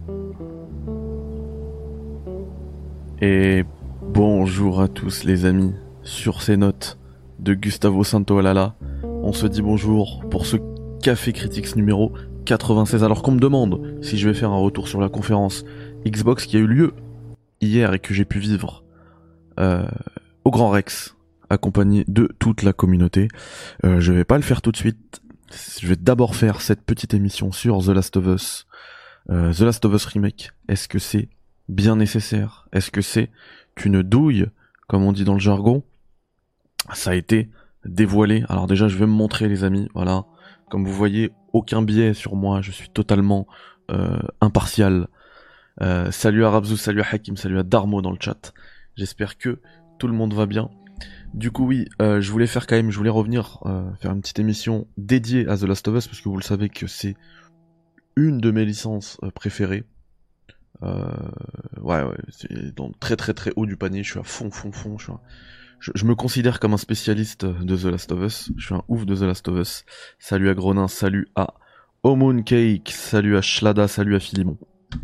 Et bonjour à tous les amis, sur ces notes de Gustavo Santaolalla, on se dit bonjour pour ce Café Critics numéro 96. Alors qu'on me demande si je vais faire un retour sur la conférence Xbox qui a eu lieu hier et que j'ai pu vivre au Grand Rex, accompagné de toute la communauté. Je vais pas le faire tout de suite, je vais d'abord faire cette petite émission sur The Last of Us, The Last of Us Remake. Est-ce que c'est bien nécessaire? Est-ce que c'est une douille, comme on dit dans le jargon? Ça a été dévoilé. Alors déjà, je vais me montrer, les amis. Voilà. Comme vous voyez, aucun biais sur moi. Je suis totalement impartial. Salut à Rabzou, salut à Hakim, salut à Darmo dans le chat. J'espère que tout le monde va bien. Du coup, oui, je voulais revenir faire une petite émission dédiée à The Last of Us, parce que vous le savez que c'est une de mes licences préférées. Ouais, c'est dans très très très haut du panier. Je suis à fond. Je me considère comme un spécialiste de The Last of Us. Je suis un ouf de The Last of Us. Salut à Grenin, salut à Omoon Cake, salut à Shlada, salut à Philimon.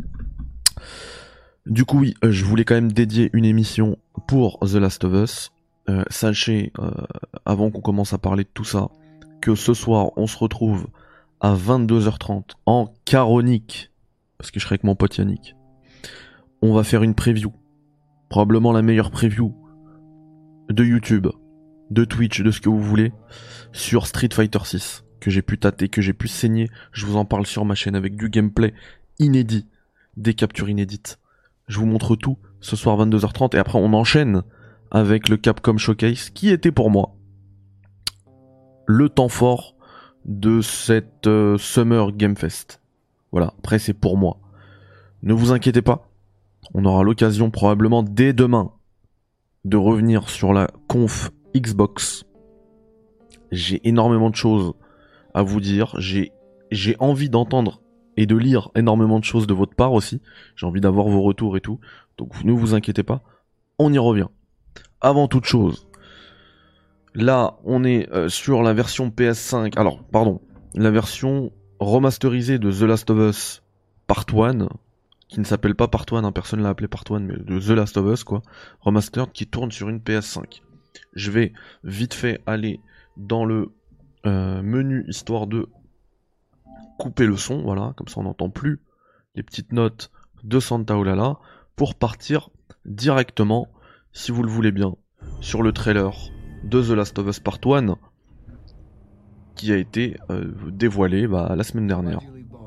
Du coup, oui, je voulais quand même dédier une émission pour The Last of Us. Sachez, avant qu'on commence à parler de tout ça, que ce soir, on se retrouve à 22h30 en Caronique, parce que je serai avec mon pote Yannick. On va faire une preview, probablement la meilleure preview de YouTube, de Twitch, de ce que vous voulez, sur Street Fighter 6, que j'ai pu tâter, que j'ai pu saigner. Je vous en parle sur ma chaîne avec du gameplay inédit, des captures inédites. Je vous montre tout ce soir 22h30 et après on enchaîne avec le Capcom Showcase qui était pour moi le temps fort de cette Summer Game Fest. Voilà, après c'est pour moi. Ne vous inquiétez pas, on aura l'occasion probablement dès demain de revenir sur la conf Xbox. J'ai énormément de choses à vous dire, j'ai envie d'entendre et de lire énormément de choses de votre part aussi. J'ai envie d'avoir vos retours et tout. Donc ne vous inquiétez pas, on y revient. Avant toute chose, là on est sur la version PS5, alors pardon, la version remasterisée de The Last of Us Part 1, qui ne s'appelle pas Part 1, hein, personne l'a appelé Part 1, mais de The Last of Us quoi, remastered, qui tourne sur une PS5. Je vais vite fait aller dans le menu, histoire de couper le son, voilà, comme ça on n'entend plus les petites notes de Santaolalla, pour partir directement, si vous le voulez bien, sur le trailer de The Last of Us Part 1, qui a été dévoilé la semaine dernière.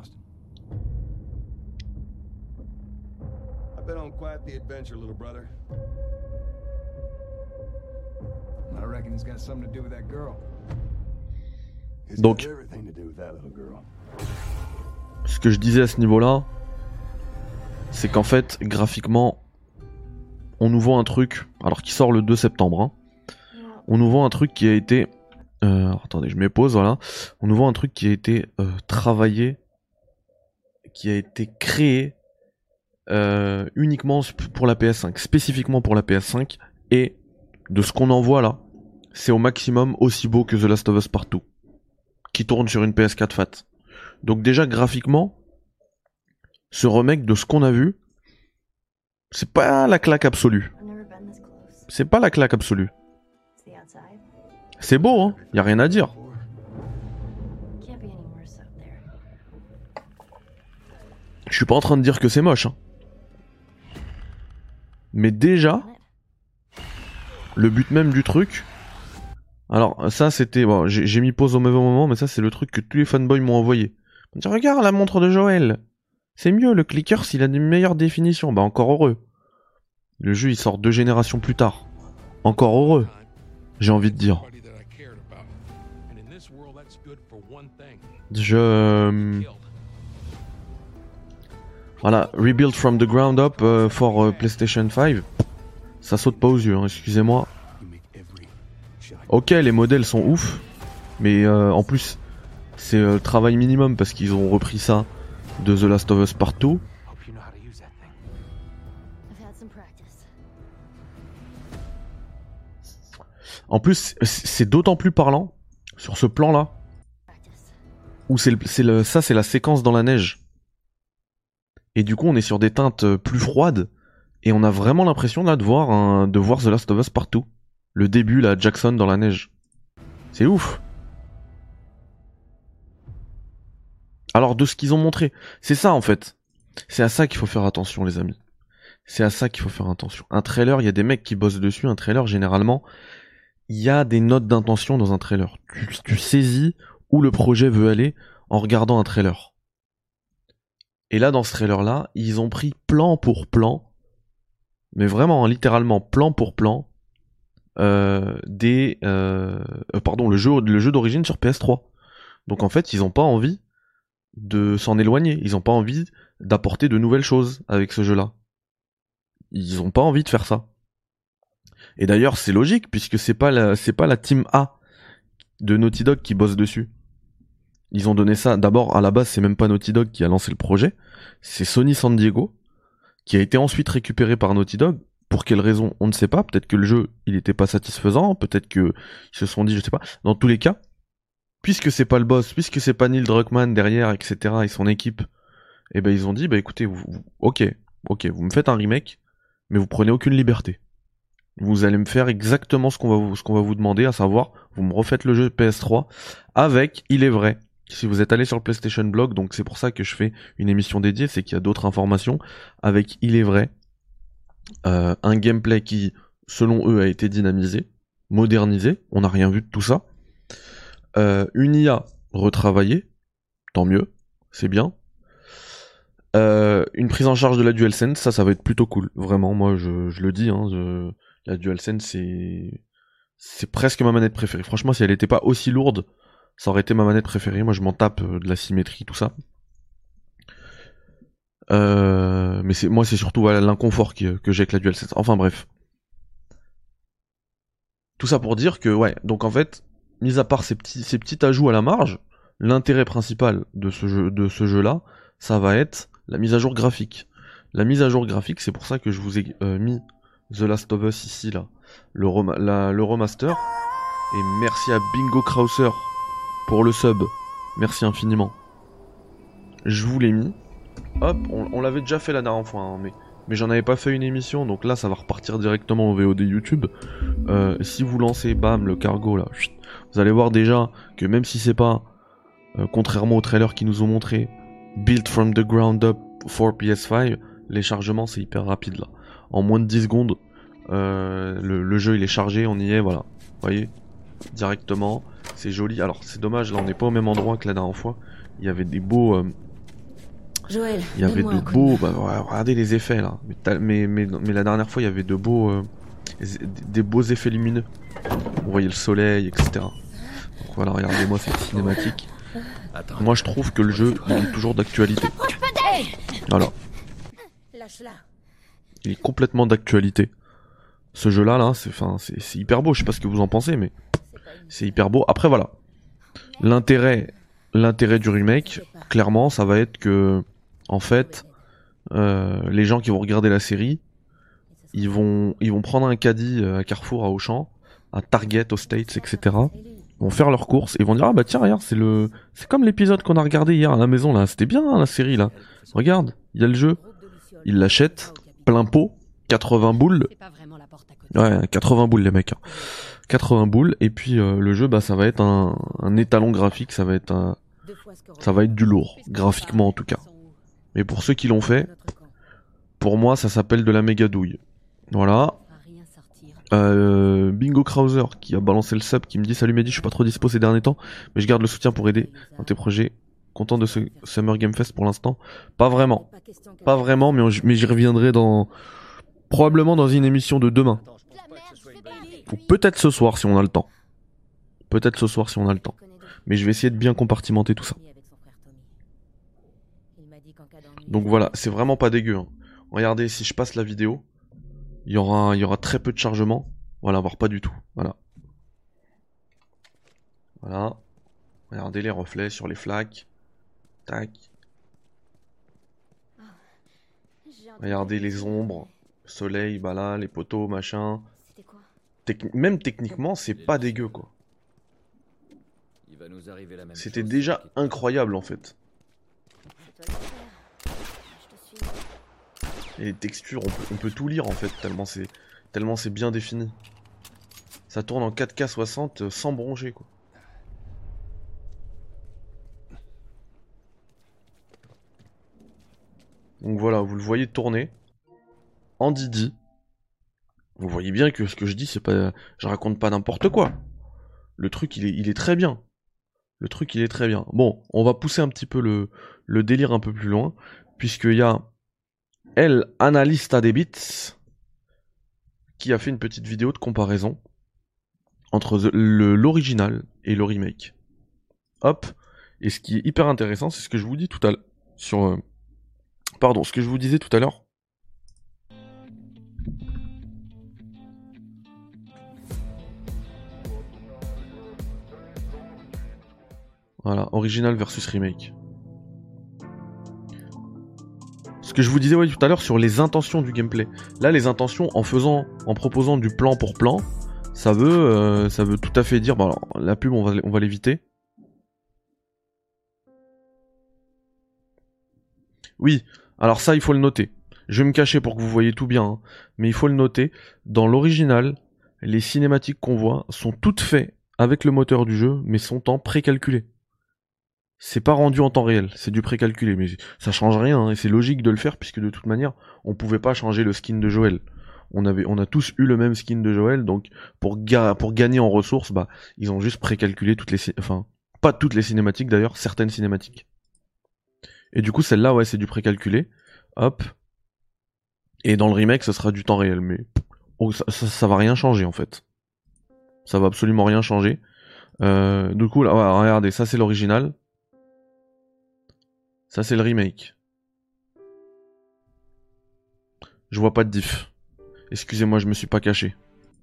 Donc, ce que je disais à ce niveau-là, c'est qu'en fait, graphiquement, on nous vend un truc, alors qui sort le 2 septembre, hein, on nous vend un truc qui a été... attendez, je m'épose, voilà. On nous vend un truc qui a été travaillé, qui a été créé uniquement pour la PS5, spécifiquement pour la PS5, et de ce qu'on en voit là, c'est au maximum aussi beau que The Last of Us Part 2, qui tourne sur une PS4 Fat. Donc déjà, graphiquement, ce remake, de ce qu'on a vu, c'est pas la claque absolue. C'est pas la claque absolue. C'est beau, hein, y a rien à dire. Je suis pas en train de dire que c'est moche, hein. Mais déjà, le but même du truc... Alors ça c'était... Bon, j'ai mis pause au mauvais moment, mais ça c'est le truc que tous les fanboys m'ont envoyé. On dit, regarde la montre de Joël, c'est mieux, le clicker s'il a une meilleure définition. Bah encore heureux. Le jeu il sort 2 générations plus tard. Encore heureux, j'ai envie de dire. Voilà, rebuild from the ground up for PlayStation 5. Ça saute pas aux yeux, hein, excusez-moi. Ok, les modèles sont ouf, mais en plus, c'est le travail minimum parce qu'ils ont repris ça de The Last of Us Part 2. En plus, c'est d'autant plus parlant sur ce plan-là où ça c'est la séquence dans la neige. Et du coup, on est sur des teintes plus froides. Et on a vraiment l'impression là de voir The Last of Us partout. Le début là, Jackson dans la neige. C'est ouf. Alors de ce qu'ils ont montré, c'est ça en fait. C'est à ça qu'il faut faire attention les amis. C'est à ça qu'il faut faire attention. Un trailer, il y a des mecs qui bossent dessus. Un trailer, généralement, il y a des notes d'intention dans un trailer. Tu saisis où le projet veut aller en regardant un trailer. Et là, dans ce trailer-là, ils ont pris plan pour plan, mais vraiment, littéralement, plan pour plan, le jeu d'origine sur PS3. Donc en fait, ils n'ont pas envie de s'en éloigner. Ils n'ont pas envie d'apporter de nouvelles choses avec ce jeu-là. Ils n'ont pas envie de faire ça. Et d'ailleurs, c'est logique, puisque c'est pas la team A de Naughty Dog qui bosse dessus. Ils ont donné ça, d'abord, à la base, c'est même pas Naughty Dog qui a lancé le projet, c'est Sony San Diego, qui a été ensuite récupéré par Naughty Dog. Pour quelle raison, on ne sait pas. Peut-être que le jeu, il était pas satisfaisant, peut-être qu'ils se sont dit, je sais pas. Dans tous les cas, puisque c'est pas le boss, puisque c'est pas Neil Druckmann derrière, etc., et son équipe, et ben ils ont dit, bah écoutez, ok, vous me faites un remake, mais vous prenez aucune liberté. Vous allez me faire exactement ce qu'on va vous demander, à savoir, vous me refaites le jeu PS3 avec, il est vrai, si vous êtes allé sur le PlayStation Blog, donc c'est pour ça que je fais une émission dédiée, c'est qu'il y a d'autres informations, avec, il est vrai, un gameplay qui, selon eux, a été dynamisé, modernisé, on n'a rien vu de tout ça, une IA retravaillée, tant mieux, c'est bien, une prise en charge de la DualSense, ça va être plutôt cool, vraiment, moi je le dis, hein, la DualSense c'est presque ma manette préférée. Franchement, si elle était pas aussi lourde, ça aurait été ma manette préférée. Moi, je m'en tape de la symétrie, tout ça. Mais c'est surtout voilà, l'inconfort que j'ai avec la DualSense. Enfin bref. Tout ça pour dire que, ouais, donc en fait, mis à part ces petits ajouts à la marge, l'intérêt principal de ce jeu-là, ça va être la mise à jour graphique. La mise à jour graphique, c'est pour ça que je vous ai mis The Last of Us ici, là. Le remaster. Et merci à Bingo Krauser pour le sub. Merci infiniment. Je vous l'ai mis. Hop, on l'avait déjà fait la dernière fois, hein, mais j'en avais pas fait une émission, donc là ça va repartir directement au VOD YouTube. Si vous lancez, bam, le cargo là, vous allez voir déjà que même si c'est pas, contrairement au trailer qu'ils nous ont montré, built from the ground up for PS5, les chargements c'est hyper rapide là. En moins de 10 secondes, le jeu il est chargé, on y est, voilà. Vous voyez, directement, c'est joli. Alors c'est dommage, là on n'est pas au même endroit que la dernière fois. Il y avait des beaux... Joël, il y avait de beaux... Bah, regardez les effets là. Mais la dernière fois il y avait de beaux... des beaux effets lumineux. Vous voyez le soleil, etc. Donc voilà, regardez-moi cette cinématique. Moi je trouve que le jeu il est toujours d'actualité. Voilà. Il est complètement d'actualité. Ce jeu là, c'est hyper beau, je sais pas ce que vous en pensez, mais c'est hyper beau. Après voilà, l'intérêt du remake, clairement, ça va être que, en fait, les gens qui vont regarder la série, ils vont prendre un caddie à Carrefour, à Auchan, à Target, aux States, etc. Vont faire leurs courses et vont dire, ah bah tiens regarde, c'est comme l'épisode qu'on a regardé hier à la maison là, c'était bien hein, la série là. Regarde, il y a le jeu, ils l'achètent plein pot, 80 boules. Ouais, 80 boules les mecs. 80 boules et puis le jeu bah ça va être un étalon graphique, ça va être du lourd graphiquement en tout cas. Mais pour ceux qui l'ont fait, pour moi ça s'appelle de la méga douille. Voilà. Bingo Krauser qui a balancé le sub qui me dit salut Mehdi, je suis pas trop dispo ces derniers temps mais je garde le soutien pour aider dans tes projets. Content de ce Summer Game Fest pour l'instant. Pas vraiment mais j'y reviendrai probablement dans une émission de demain. Ou peut-être ce soir si on a le temps. Mais je vais essayer de bien compartimenter tout ça. Donc voilà, c'est vraiment pas dégueu. Hein. Regardez, si je passe la vidéo, il y aura très peu de chargement. Voilà, voire pas du tout. Voilà. Voilà. Regardez les reflets sur les flaques. Tac. Regardez les ombres. Le soleil, bah là, les poteaux, machin. Même techniquement, c'est pas dégueu quoi. C'était déjà incroyable en fait. Et les textures, on peut tout lire en fait, tellement c'est bien défini. Ça tourne en 4K 60 sans broncher quoi. Donc voilà, vous le voyez tourner en Didi. Vous voyez bien que ce que je dis, c'est pas, je raconte pas n'importe quoi. Le truc, il est très bien. Le truc, il est très bien. Bon, on va pousser un petit peu le délire un peu plus loin, puisqu'il y a El Analista des Beats qui a fait une petite vidéo de comparaison entre l'original et le remake. Hop. Et ce qui est hyper intéressant, c'est ce que je vous dis tout à l'heure sur pardon, ce que je vous disais tout à l'heure. Voilà, original versus remake. Ce que je vous disais ouais, tout à l'heure sur les intentions du gameplay. Là, les intentions, en proposant du plan pour plan, ça veut tout à fait dire. Bon, alors, la pub, on va l'éviter. Oui, alors ça, il faut le noter. Je vais me cacher pour que vous voyez tout bien, hein, mais il faut le noter. Dans l'original, les cinématiques qu'on voit sont toutes faites avec le moteur du jeu, mais sont en précalculé. C'est pas rendu en temps réel, c'est du précalculé, mais ça change rien, hein, et c'est logique de le faire puisque de toute manière, on pouvait pas changer le skin de Joël. On a tous eu le même skin de Joël, donc pour gagner en ressources, bah ils ont juste précalculé enfin pas toutes les cinématiques d'ailleurs, certaines cinématiques. Et du coup celle-là ouais c'est du précalculé, hop. Et dans le remake ce sera du temps réel, mais ça va rien changer en fait. Ça va absolument rien changer. Du coup là, ouais, regardez, ça c'est l'original. Ça c'est le remake. Je vois pas de diff. Excusez-moi, je me suis pas caché.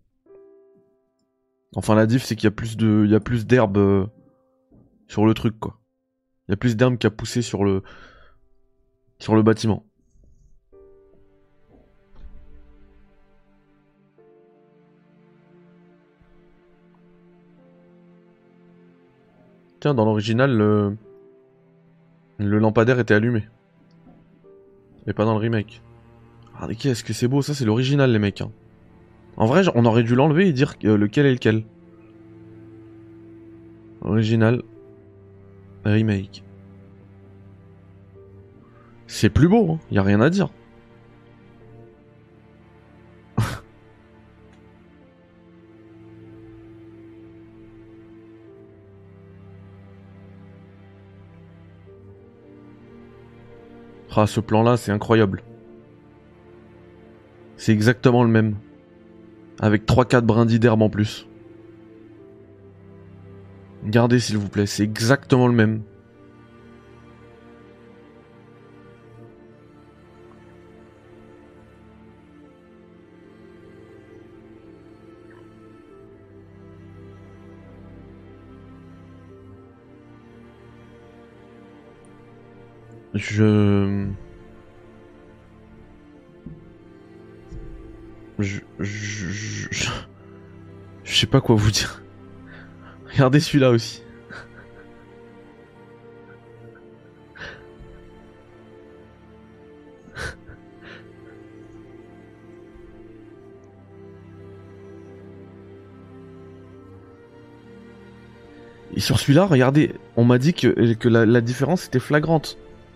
Enfin la diff c'est qu'il y a plus d'herbe sur le truc quoi. Il y a plus d'herbe qui a poussé sur le bâtiment. Tiens, dans l'original le lampadaire était allumé. Et pas dans le remake. Regardez qu'est-ce que c'est beau, ça c'est l'original les mecs. Hein. En vrai, on aurait dû l'enlever et dire lequel est lequel. Original, remake. C'est plus beau, hein. Y a rien à dire. Ah, ce plan-là, c'est incroyable. C'est exactement le même. Avec 3-4 brindilles d'herbe en plus. Regardez s'il vous plaît, c'est exactement le même. Je sais pas quoi vous dire. Regardez celui-là aussi. Et sur celui-là, regardez, on m'a dit que la différence était flagrante.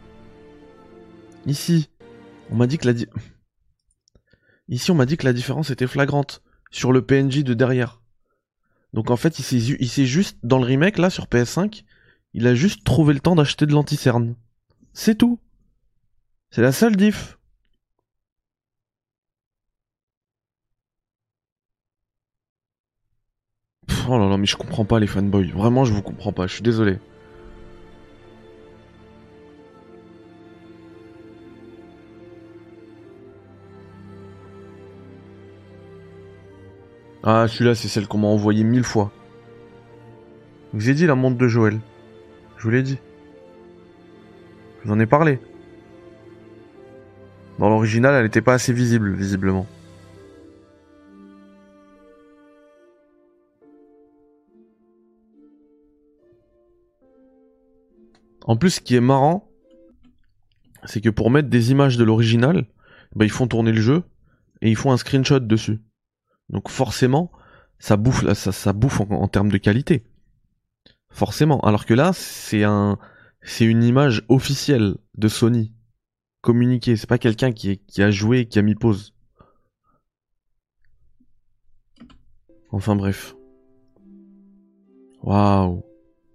Ici, on m'a dit que Ici, on m'a dit que la différence était flagrante sur le PNJ de derrière. Donc en fait, il s'est juste, dans le remake, là, sur PS5, il a juste trouvé le temps d'acheter de l'anti-cerne. C'est tout. C'est la seule diff. Oh là là, mais je comprends pas les fanboys. Vraiment, je vous comprends pas, je suis désolé. Ah, celui-là, c'est celle qu'on m'a envoyée 1000 fois. Je vous ai dit la montre de Joël. Je vous l'ai dit. Je vous en ai parlé. Dans l'original, elle était pas assez visible, visiblement. En plus, ce qui est marrant, c'est que pour mettre des images de l'original, bah, ils font tourner le jeu et ils font un screenshot dessus. Donc forcément, ça bouffe, ça bouffe en termes de qualité. Forcément. Alors que là, c'est une image officielle de Sony. Communiquée. C'est pas quelqu'un qui a joué et qui a mis pause. Enfin bref. Waouh.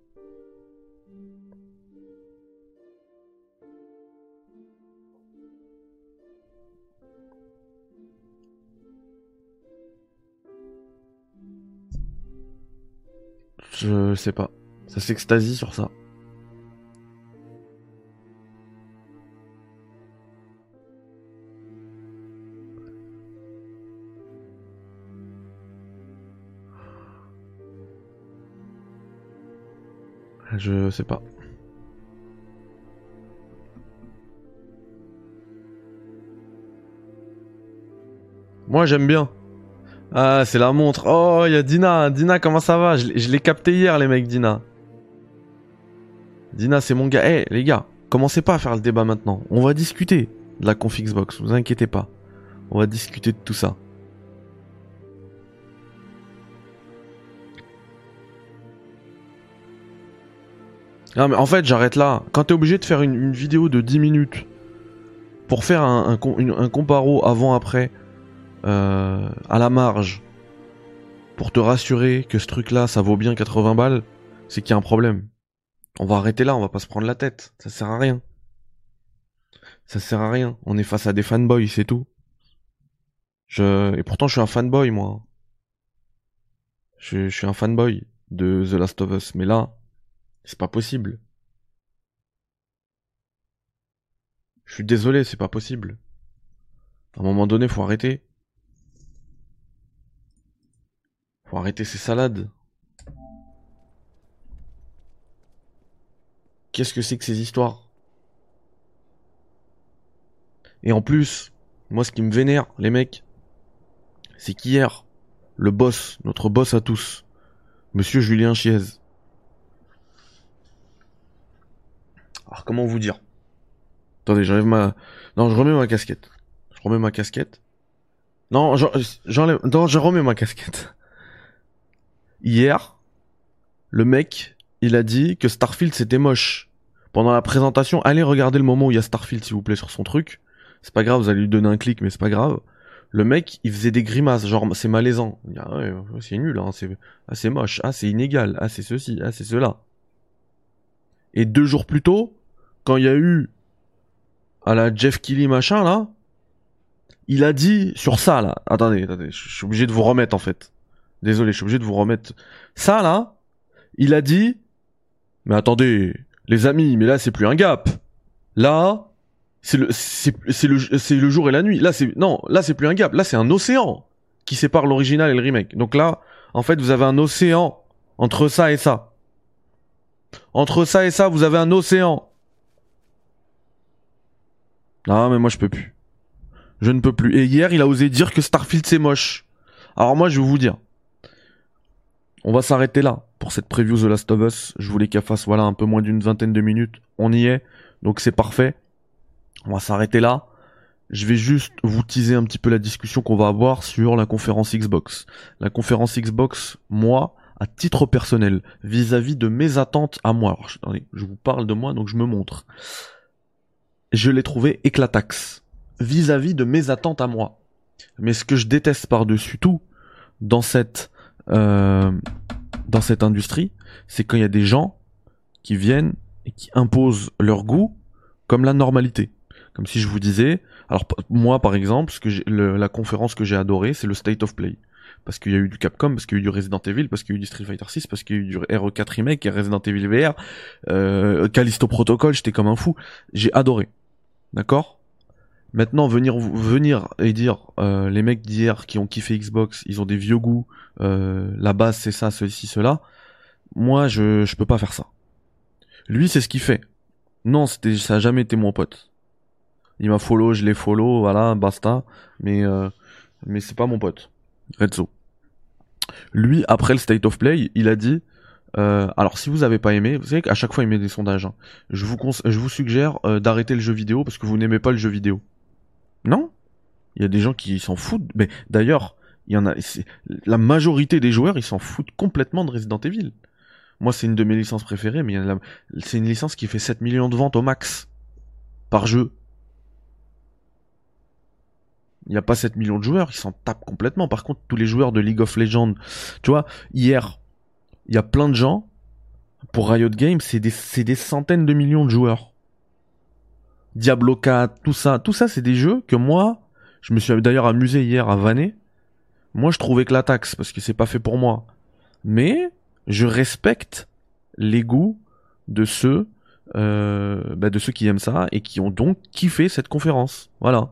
Je sais pas. Ça s'extasie sur ça. Je sais pas. Moi j'aime bien. Ah, c'est la montre. Oh, il y a Dina. Dina, comment ça va? Je l'ai capté hier, les mecs, Dina. Dina, c'est mon gars. Eh, les gars, commencez pas à faire le débat maintenant. On va discuter de la conf Xbox, vous inquiétez pas. On va discuter de tout ça. Non, mais en fait, j'arrête là. Quand t'es obligé de faire une vidéo de 10 minutes pour faire un comparo avant-après à la marge, pour te rassurer que ce truc-là, ça vaut bien 80 balles, c'est qu'il y a un problème. On va arrêter là, on va pas se prendre la tête. Ça sert à rien. Ça sert à rien. On est face à des fanboys, c'est tout. Et pourtant, je suis un fanboy, moi. Je suis un fanboy de The Last of Us. Mais là, c'est pas possible. Je suis désolé, c'est pas possible. À un moment donné, faut arrêter. Faut arrêter ces salades. Qu'est-ce que c'est que ces histoires? Et en plus, moi ce qui me vénère, les mecs, c'est qu'hier, le boss, notre boss à tous, Monsieur Julien Chiez. Alors comment vous dire? Attendez, j'enlève ma... Non, je remets ma casquette. Je remets ma casquette. Non, j'enlève... Non, je remets ma casquette. Hier, le mec, il a dit que Starfield c'était moche. Pendant la présentation, allez regarder le moment où il y a Starfield s'il vous plaît sur son truc. C'est pas grave, vous allez lui donner un clic, mais c'est pas grave. Le mec, il faisait des grimaces, genre c'est malaisant. Il dit, ah ouais, c'est nul, hein, c'est moche, ah c'est inégal, ah c'est ceci, ah c'est cela. Et 2 jours plus tôt, quand il y a eu à la Jeff Keighley machin là, il a dit sur ça là. Attendez, je suis obligé de vous remettre en fait. Désolé, je suis obligé de vous remettre. Ça là, il a dit, mais attendez, les amis, mais là c'est plus un gap. Là, c'est le jour et la nuit. Là c'est plus un gap. Là c'est un océan qui sépare l'original et le remake. Donc là, en fait, vous avez un océan entre ça et ça. Entre ça et ça, vous avez un océan. Non, mais moi je peux plus. Je ne peux plus. Et hier, il a osé dire que Starfield c'est moche. Alors moi, je vais vous dire. On va s'arrêter là pour cette preview The Last of Us. Je voulais qu'elle fasse un peu moins d'une vingtaine de minutes. On y est. Donc c'est parfait. On va s'arrêter là. Je vais juste vous teaser un petit peu la discussion qu'on va avoir sur la conférence Xbox. La conférence Xbox, moi, à titre personnel, vis-à-vis de mes attentes à moi. Alors, attendez, je vous parle de moi, donc je me montre. Je l'ai trouvé éclataxe. Vis-à-vis de mes attentes à moi. Mais ce que je déteste par-dessus tout, dans cette industrie, c'est quand il y a des gens qui viennent et qui imposent leur goût comme la normalité. Comme si je vous disais, alors moi par exemple, la conférence que j'ai adorée, c'est le State of Play. Parce qu'il y a eu du Capcom, parce qu'il y a eu du Resident Evil, parce qu'il y a eu du Street Fighter 6, parce qu'il y a eu du RE4 Remake, et Resident Evil VR, Callisto Protocol, j'étais comme un fou. J'ai adoré. D'accord ? Maintenant, venir et dire, les mecs d'hier qui ont kiffé Xbox, ils ont des vieux goûts, la base c'est ça, ceci, cela. Moi, je peux pas faire ça. Lui, c'est ce qu'il fait. Non, ça a jamais été mon pote. Il m'a follow, je l'ai follow, voilà, basta. Mais c'est pas mon pote. Rezzo. Lui, après le State of Play, il a dit, Alors si vous avez pas aimé, vous savez qu'à chaque fois il met des sondages, hein. Je vous suggère d'arrêter le jeu vidéo parce que vous n'aimez pas le jeu vidéo. Non? Il y a des gens qui s'en foutent. Mais d'ailleurs, il y en a. La majorité des joueurs, ils s'en foutent complètement de Resident Evil. Moi, c'est une de mes licences préférées, mais c'est une licence qui fait 7 millions de ventes au max par jeu. Il n'y a pas 7 millions de joueurs, ils s'en tapent complètement. Par contre, tous les joueurs de League of Legends, tu vois, hier, il y a plein de gens. Pour Riot Games, c'est des centaines de millions de joueurs. Diablo 4, tout ça, c'est des jeux que moi, je me suis d'ailleurs amusé hier à vanner. Moi, je trouvais que la taxe, parce que c'est pas fait pour moi. Mais je respecte les goûts de ceux, de ceux qui aiment ça et qui ont donc kiffé cette conférence. Voilà.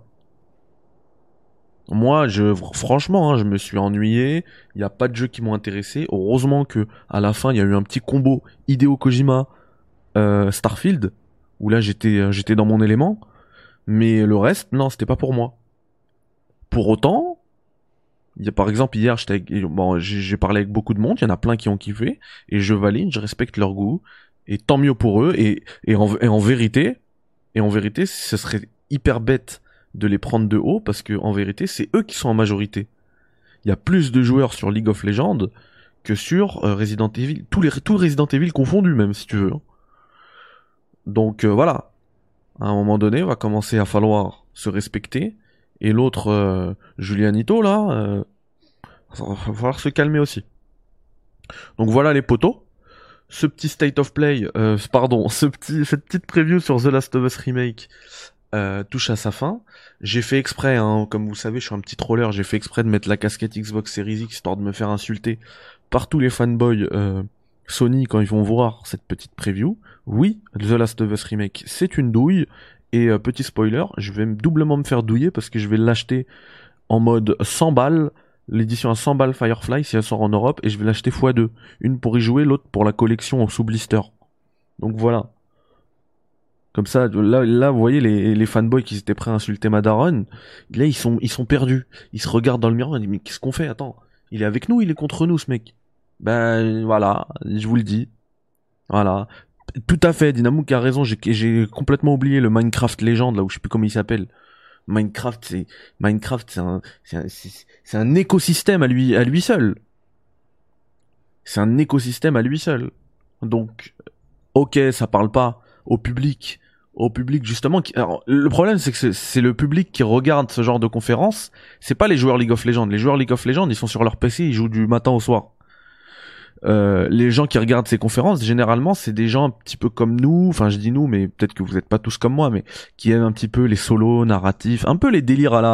Moi, franchement, hein, je me suis ennuyé. Il n'y a pas de jeux qui m'ont intéressé. Heureusement que à la fin, il y a eu un petit combo Hideo Kojima Starfield où là j'étais dans mon élément. Mais le reste, non, c'était pas pour moi. Pour autant, par exemple hier, j'ai parlé avec beaucoup de monde. Il y en a plein qui ont kiffé et je valide, je respecte leur goût et tant mieux pour eux. En vérité, ce serait hyper bête de les prendre de haut parce que en vérité c'est eux qui sont en majorité. Il y a plus de joueurs sur League of Legends que sur Resident Evil, tout Resident Evil confondu même si tu veux. Donc voilà, à un moment donné va commencer à falloir se respecter et l'autre Julianito là, va falloir se calmer aussi. Donc voilà les potos. Ce petit state of play, cette petite preview sur The Last of Us Remake touche à sa fin. J'ai fait exprès, hein, comme vous savez, je suis un petit troller, j'ai fait exprès de mettre la casquette Xbox Series X histoire de me faire insulter par tous les fanboys Sony quand ils vont voir cette petite preview. Oui, The Last of Us Remake, c'est une douille. Et petit spoiler, je vais doublement me faire douiller parce que je vais l'acheter en mode 100 balles, l'édition à 100 balles Firefly si elle sort en Europe, et je vais l'acheter x2. Une pour y jouer, l'autre pour la collection sous blister. Donc voilà. Comme ça, là, vous voyez les fanboys qui étaient prêts à insulter ma daronne, là ils sont perdus. Ils se regardent dans le miroir et disent mais qu'est-ce qu'on fait? Attends, il est avec nous, il est contre nous ce mec. Ben voilà, je vous le dis. Voilà. Tout à fait, Dynamouk a raison, j'ai complètement oublié le Minecraft Légende là où je sais plus comment il s'appelle. Minecraft c'est un écosystème à lui seul. C'est un écosystème à lui seul. Donc OK, ça parle pas au public justement alors, le problème c'est que c'est le public qui regarde ce genre de conférence, c'est pas les joueurs League of Legends. Les joueurs League of Legends, ils sont sur leur PC, ils jouent du matin au soir. Les gens qui regardent ces conférences, généralement, c'est des gens un petit peu comme nous, enfin je dis nous, mais peut-être que vous n'êtes pas tous comme moi, mais qui aiment un petit peu les solos narratifs, un peu les délires à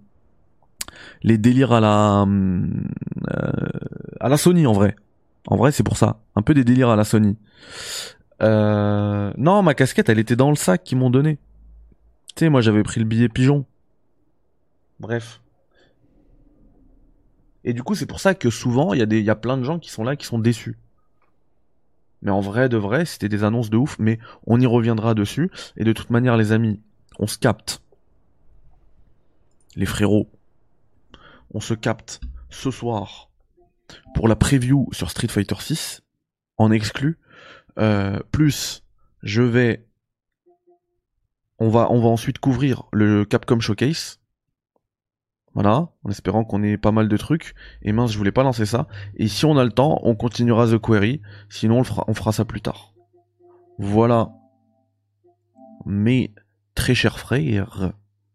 la Sony en vrai. En vrai, c'est pour ça, un peu des délires à la Sony. Non, ma casquette, elle était dans le sac qu'ils m'ont donné. Tu sais, moi j'avais pris le billet pigeon. Bref. Et du coup, c'est pour ça que souvent, il y a plein de gens qui sont là, qui sont déçus. Mais en vrai, de vrai, c'était des annonces de ouf, mais on y reviendra dessus. Et de toute manière, les amis, on se capte. Les frérots. On se capte ce soir pour la preview sur Street Fighter 6, en exclu. Plus, on va ensuite couvrir le Capcom Showcase. Voilà, en espérant qu'on ait pas mal de trucs. Et mince, je voulais pas lancer ça. Et si on a le temps, on continuera The Query. Sinon, on fera ça plus tard. Voilà. Mes très chers frères.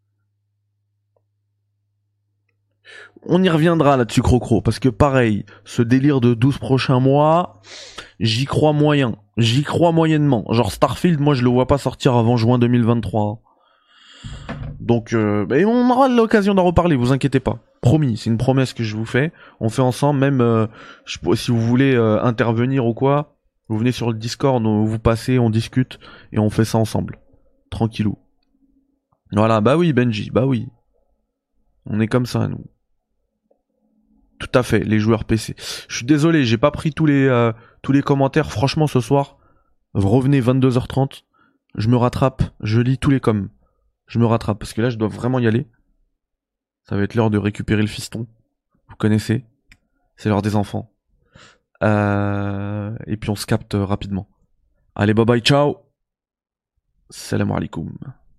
On y reviendra là-dessus, Crocro. Parce que pareil, ce délire de 12 prochains mois, j'y crois moyen. J'y crois moyennement. Genre Starfield, moi je le vois pas sortir avant juin 2023. Donc on aura l'occasion d'en reparler, vous inquiétez pas. Promis, c'est une promesse que je vous fais. On fait ensemble, même si vous voulez intervenir ou quoi, vous venez sur le Discord, vous passez, on discute et on fait ça ensemble. Tranquillou. Voilà, bah oui Benji, bah oui. On est comme ça nous. Tout à fait, les joueurs PC. Je suis désolé, j'ai pas pris tous les commentaires. Franchement, ce soir, revenez 22h30. Je me rattrape, je lis tous les coms. Je me rattrape parce que là, je dois vraiment y aller. Ça va être l'heure de récupérer le fiston. Vous connaissez, c'est l'heure des enfants. Et puis on se capte rapidement. Allez, bye bye, ciao. Salam alaikum.